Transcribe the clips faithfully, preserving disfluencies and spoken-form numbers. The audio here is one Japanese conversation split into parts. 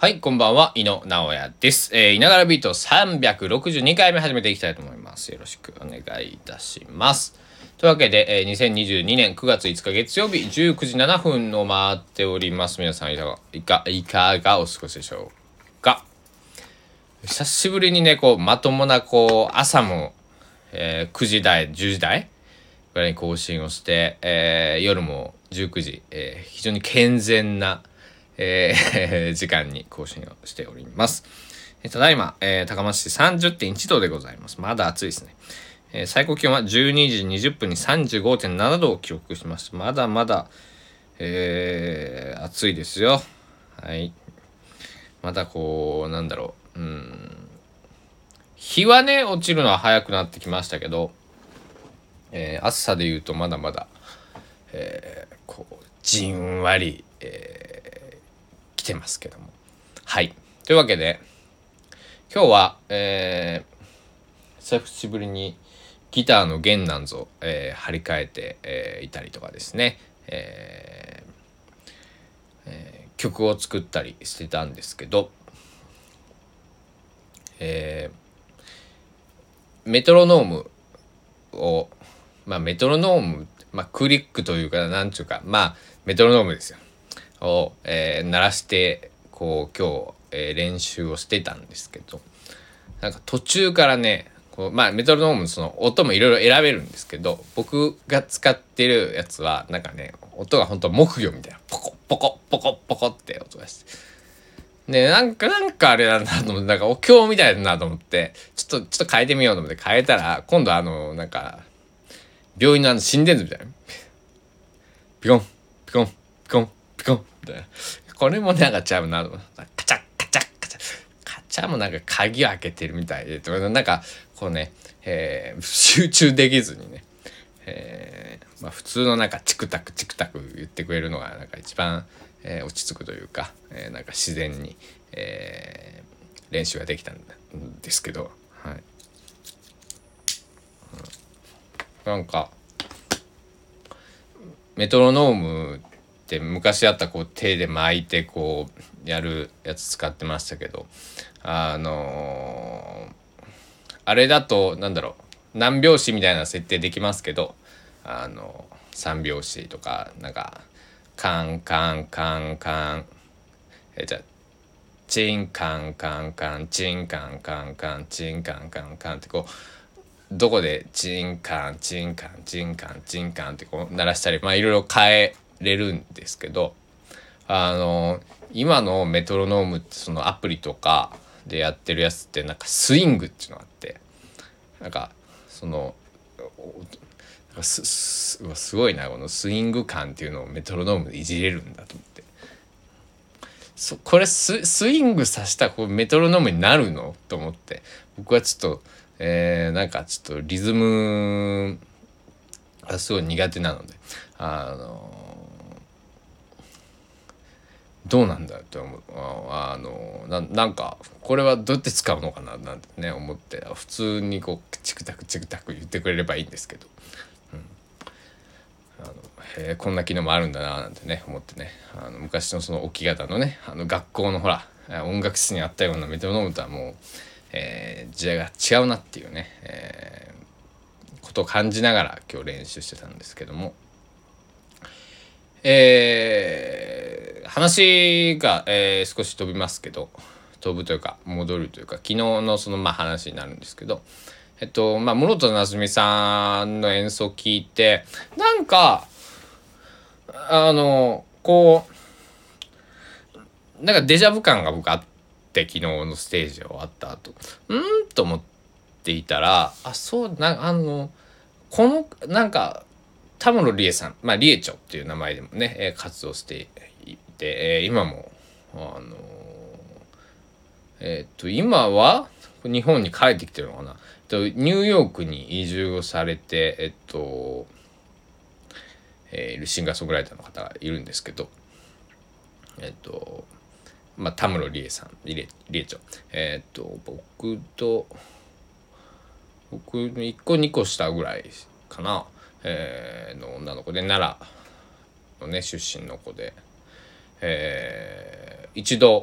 はい、こんばんは、井野直哉です。えー、いながらビートさんびゃくろくじゅうにかいめ始めていきたいと思います。よろしくお願いいたします。というわけで、えー、にせんにじゅうにねんくがついつか月曜日じゅうくじななふんを回っております。皆さんいかが、いか、いかがお過ごしでしょうか。久しぶりにね、こう、まともな、こう、朝も、えー、くじ台、じゅうじ台ぐらいに更新をして、えー、夜もじゅうくじ、えー、非常に健全な、えー、時間に更新をしております。ただいま、えー、高松市 さんじゅってんいち 度でございます。まだ暑いですね。えー、最高気温はじゅうにじにじゅっぷんに さんじゅうごてんなな 度を記録しました。まだまだ、えー、暑いですよ。はい。まだこう、なんだろう。うん。日はね、落ちるのは早くなってきましたけど、えー、暑さで言うとまだまだ、えー、こう、じんわり、えー、来てますけども。はい。というわけで、今日は、えー、久しぶりにギターの弦なんぞ、えー、張り替えて、えー、いたりとかですね、えーえー、曲を作ったりしてたんですけど、えー、メトロノームを、まあメトロノーム、まあクリックというか、なんちゅうか、まあメトロノームですよ。を、えー、鳴らして、こう今日、えー、練習をしてたんですけど、なんか途中からね、こうまあメトロノームその音もいろいろ選べるんですけど、僕が使ってるやつはなんかね、音が本当木魚みたいなポコポコポコポコって音がして、でなんかなんかあれなんだと思って、なんかお経みたいだなと思って、ちょっとちょっと変えてみようと思って変えたら、今度あのなんか病院のあの心電図みたいなピコンピコンピコンピコンみたいな、これもなんかちゃうなと思って、カチャッカチャッカチャッカチャもなんか鍵を開けてるみたいで、なんかこうね、えー、集中できずにね、えーまあ、普通のなんかチクタクチクタク言ってくれるのがなんか一番、えー、落ち着くというか、えー、なんか自然に、えー、練習ができたんですけど、はい、うん、なんかメトロノームって昔あったこう手で巻いてこうやるやつ使ってましたけど、あのー、あれだとなんだろう、何拍子みたいな設定できますけど、あのさん拍子とかなんかカンカンカンカン、えじゃあチンカンカンカンチンカンカンカンチンカンカンカンってこうどこでチンカンチンカンチンカンチンカンってこう鳴らしたり、まあいろいろ変えれるんですけど、あの今のメトロノームってそのアプリとかでやってるやつってなんかスイングっていうのがあって、なんかそのなんかすすすごいな、このスイング感っていうのをメトロノームでいじれるんだと思って、そこれススイングさせたらこうメトロノームになるのと思って、僕はちょっと、えー、なんかちょっとリズムがすごい苦手なので、あのどうなんだって思う、ああの な, なんかこれはどうやって使うのかななんてね思って、普通にこうチクタクチクタク言ってくれればいいんですけど、あのへえこんな機能もあるんだななんてね思ってね、あの昔のその置き型のね、あの学校のほら音楽室にあったようなメトロノームとはもう、えー、時代が違うなっていうね、えー、ことを感じながら今日練習してたんですけども、えー、話が、えー、少し飛びますけど、飛ぶというか戻るというか、昨日のそのまあ話になるんですけど、えっとまあ室戸夏美さんの演奏聞いて、なんかあのこうなんかデジャブ感が僕あって、昨日のステージ終わった後うんと思っていたら、あそうなあのこのなんか田室理恵さん、まあ理恵町っていう名前でもね、えー、活動していて、えー、今もあのー、えー、っと今は日本に帰ってきてるのかな、えっと、ニューヨークに移住をされて、えっと、えー、いるシンガーソングライターの方がいるんですけど、えっとまあ田室理恵さん、理恵理恵町、えっと僕と僕のいっこにこ下ぐらいかな、えー、の女の子で、奈良のね出身の子で、えー、一度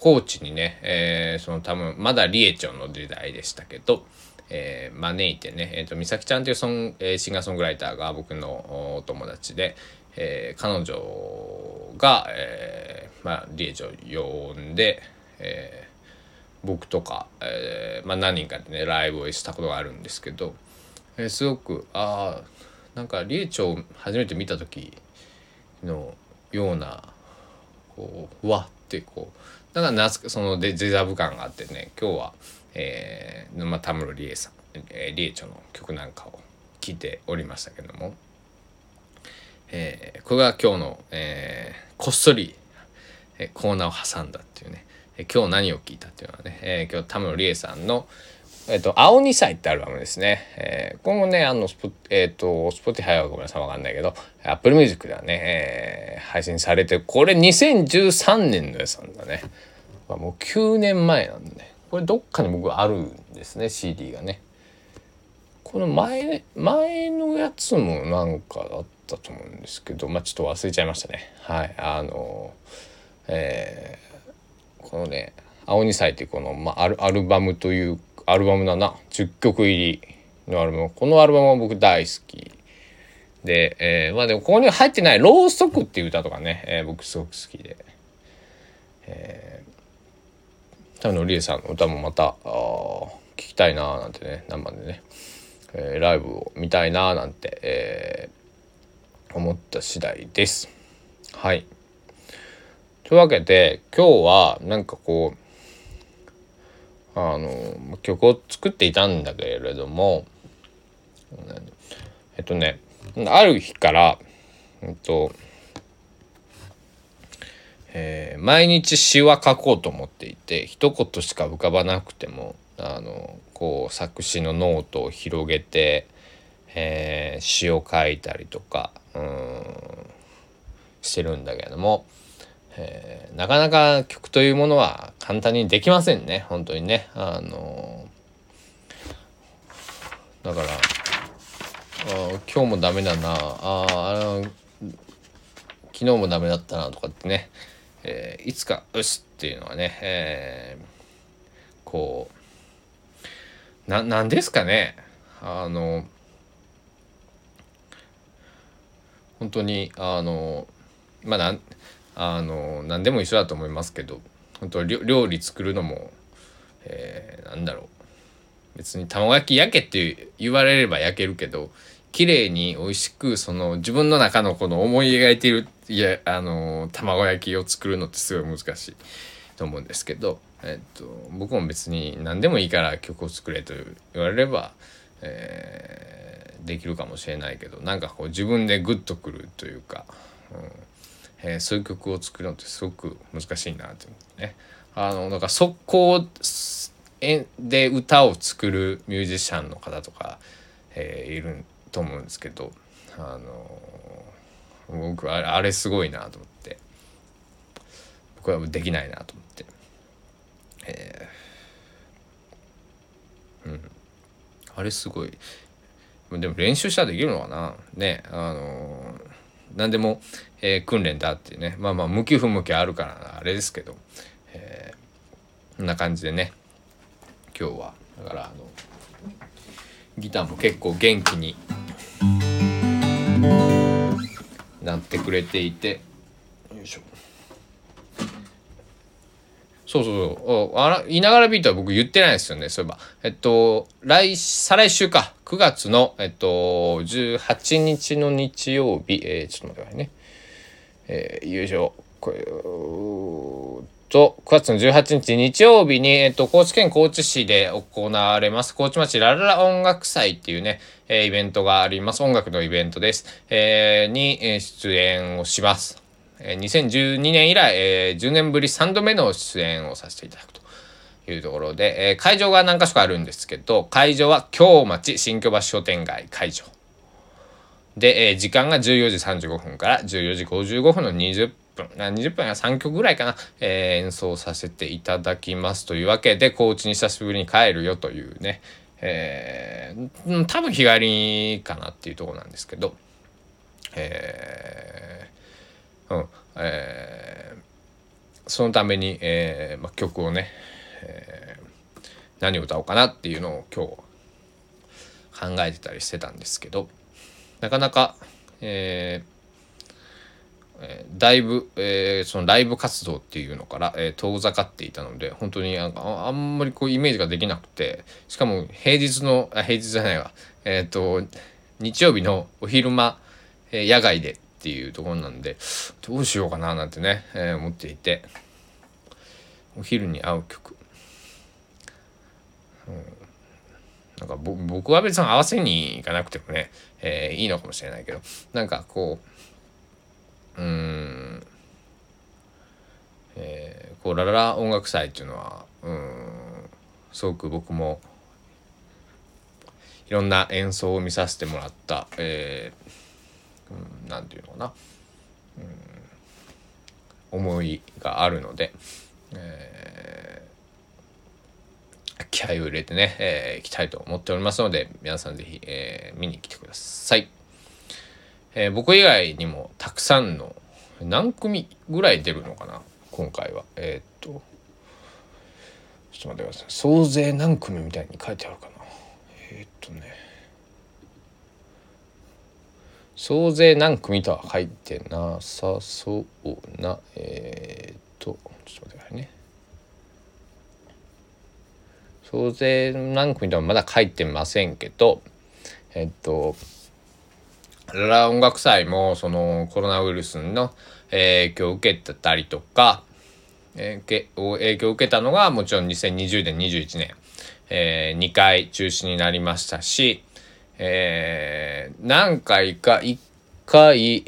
高知にね、えー、その多分まだリエチョンの時代でしたけど、えー、招いてね、えーと、美咲ちゃんというソン、えー、シンガーソングライターが僕のお友達で、えー、彼女が、えーまあ、リエチョン呼んで、えー、僕とか、えーまあ、何人かでねライブをしたことがあるんですけど、えー、すごくああなんかリエチョンを初めて見た時のようなこううわってこうだから懐かそのデジャブ感があってね、今日は、えーまあ、田室理恵さん、えー、リエチョの曲なんかを聴いておりましたけども、えー、これが今日の、えー、こっそり、えー、コーナーを挟んだっていうね、えー、今日何を聴いたっていうのはね、えー、今日田室理恵さんのえっと、青二歳ってアルバムですね。えー、これもね、あの、スポ、えっと、スポティファイはごめんなさい、わかんないけど、Apple Music ではね、えー、配信されて、これにせんじゅうさんねんのやつなんだね。もうきゅうねんまえなんで、ね、これどっかに僕あるんですね、シーディー がね。この前、前のやつもなんかあったと思うんですけど、まあちょっと忘れちゃいましたね。はい、あの、えー、このね、青二歳っていうこの、まあ、アル、アルバムというアルバムだなじゅっきょく入りのアルバム、このアルバムは僕大好きで、えー、まあでもここに入ってないろうそくっていう歌とかね、えー、僕すごく好きで、えー、田野理恵さんの歌もまたあ聞きたいなーなんてね、生でね、えー、ライブを見たいなーなんて、えー、思った次第です。はい、というわけで今日はなんかこうあの曲を作っていたんだけれども、えっとねある日から、えっとえー、毎日詩は書こうと思っていて、一言しか浮かばなくてもあのこう作詞のノートを広げて、えー、詩を書いたりとかうーんしてるんだけれども、えー、なかなか曲というものは簡単にできませんね、本当にね。あのだからあ今日もダメだなああ昨日もダメだったなとかってね、えー、いつかうしっていうのはね、えー、こうななんですかね、あの本当にあのまあなんあの何でも一緒だと思いますけど、本当料理作るのも、えー、なんだろう、別に卵焼き焼けって言われれば焼けるけど、綺麗に美味しくその自分の中のこの思い描いているいやあの卵焼きを作るのってすごい難しいと思うんですけど、えっと、僕も別に何でもいいから曲を作れと言われれば、えー、できるかもしれないけど、なんかこう自分でグッとくるというか、うんえー、そういう曲を作るのってすごく難しいなと思ってね。あのなんか速攻で歌を作るミュージシャンの方とか、えー、いると思うんですけど、あの僕はあれすごいなと思って、僕はできないなと思って、えー、うんあれすごい。でも練習したらできるのかなね、あの何でも、えー、訓練だってね、まあまあ向き不向きあるからあれですけど、えー、こんな感じでね今日はだからあのギターも結構元気になってくれていて、よいしょ、そうそうそう、あら、いながらビートは僕言ってないですよね、そういえば。えっと、来、再来週か、くがつの、えっと、じゅうはちにちの日曜日、えー、ちょっと待ってくださいね。えー、よいしょ、これ、と、くがつのじゅうはちにち日曜日に、えっと、高知県高知市で行われます、高知町ラララ音楽祭っていうね、えー、イベントがあります。音楽のイベントです。えー、に、えー、出演をします。にせんじゅうにねん以来、えー、じゅうねんぶりさんどめの出演をさせていただくというところで、えー、会場が何か所かあるんですけど、会場は京町新京橋商店街会場で、えー、時間がじゅうよじさんじゅうごふんからじゅうよじごじゅうごふんのにじゅっぷん、にじゅっぷんやさんきょくぐらいかな、えー、演奏させていただきますというわけで、高知に久しぶりに帰るよというね、えー、多分日帰りかなっていうところなんですけど、えーうんえー、 そのために、えーまあ、曲をね、えー、何を歌おうかなっていうのを今日考えてたりしてたんですけど、なかなか、えーえー、だいぶ、えー、そのライブ活動っていうのから、えー、遠ざかっていたので、本当になんか あ, あんまりこうイメージができなくて、しかも平日のあ平日じゃないわえっ、ー、と日曜日のお昼間、えー、野外でっていうところなんで、どうしようかななんてね、えー、思っていて、お昼に合う曲、うん、なんかぼ僕は別に合わせに行かなくてもね、えー、いいのかもしれないけど、なんかこううーんえー、こうラララ音楽祭っていうのはうーんすごく僕もいろんな演奏を見させてもらった、えーうん、なんていうのかな、うん、思いがあるので、えー、気合を入れてね、えー、行きたいと思っておりますので、皆さんぜひ、えー、見に来てください。えー、僕以外にもたくさんの何組ぐらい出るのかな今回は。えー、っとちょっと待ってください。総勢何組みたいに書いてあるかな。えー、っとね総勢何組とは書いてなさそうな。えー、っとちょっと待ってくださいね。総勢何組とはまだ書いてませんけど、えー、っとララ音楽祭もそのコロナウイルスの影響を受けたりとか、影響を受けたのがもちろんにせんにじゅうねんにじゅういちねん、えー、にかい中止になりましたし、えー、何回かいっかい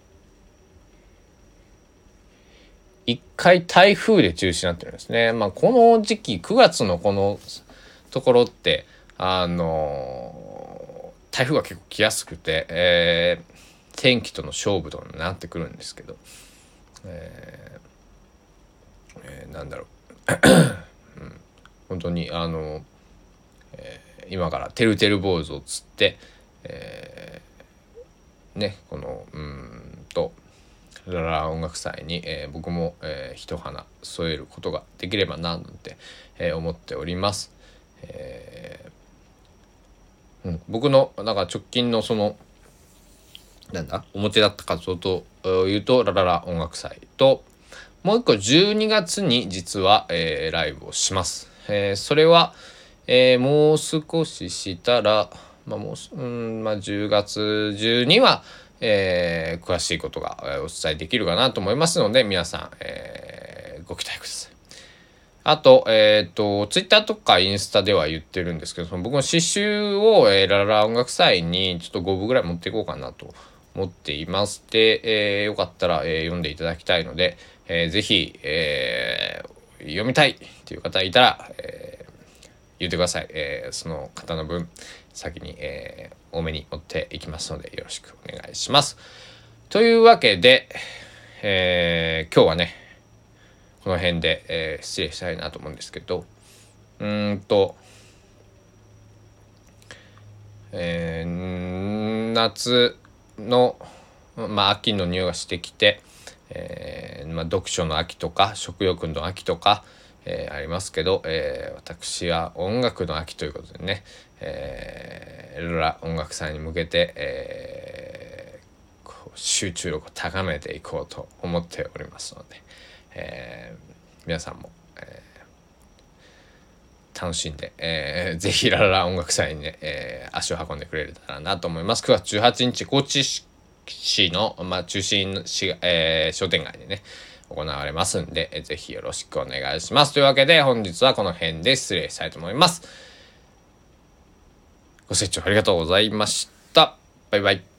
いっかい台風で中止になってるんですね。まあこの時期くがつのこのところってあのー、台風が結構来やすくて、えー、天気との勝負となってくるんですけど、えーえー、なんだろう、うん、本当にあの、えー、今からてるてる坊主をつって、えー、ねこのうーんとララ音楽祭に、えー、僕も、えー、一花添えることができればななんて、えー、思っております。えーうん、僕のなんか直近のそのなんだ表だった活動というとラララ音楽祭と、もう一個じゅうにがつに実は、えー、ライブをします。えー、それは、えー、もう少ししたら、まあもううんまあ、じゅうがつ中には、えー、詳しいことがお伝えできるかなと思いますので、皆さん、えー、ご期待ください。あと、えっと、ツイッターとかインスタでは言ってるんですけど、その僕の詩集を、えー、ラララ音楽祭にちょっとごぶぐらい持っていこうかなと思っています。で、えー、よかったら、えー、読んでいただきたいので、えー、ぜひ、えー、読みたいっていう方いたら、えー、言ってください。えー、その方の分、先に、えー、多めに持っていきますので、よろしくお願いします。というわけで、えー、今日はね、この辺で、えー、失礼したいなと思うんですけど、うーんと、えー、夏の、まあ、秋の匂いがしてきて、えーまあ、読書の秋とか食欲の秋とか、えー、ありますけど、えー、私は音楽の秋ということでね、えー、ララ音楽祭に向けて、えー、こう集中力を高めていこうと思っておりますので、えー、皆さんも、えー、楽しんで、えー、ぜひラララ音楽祭にね、えー、足を運んでくれたらなと思います。くがつじゅうはちにち高知市の、まあ、中心市、えー、商店街でね行われますんで、えー、ぜひよろしくお願いします。というわけで本日はこの辺で失礼したいと思います。ご清聴ありがとうございました。バイバイ。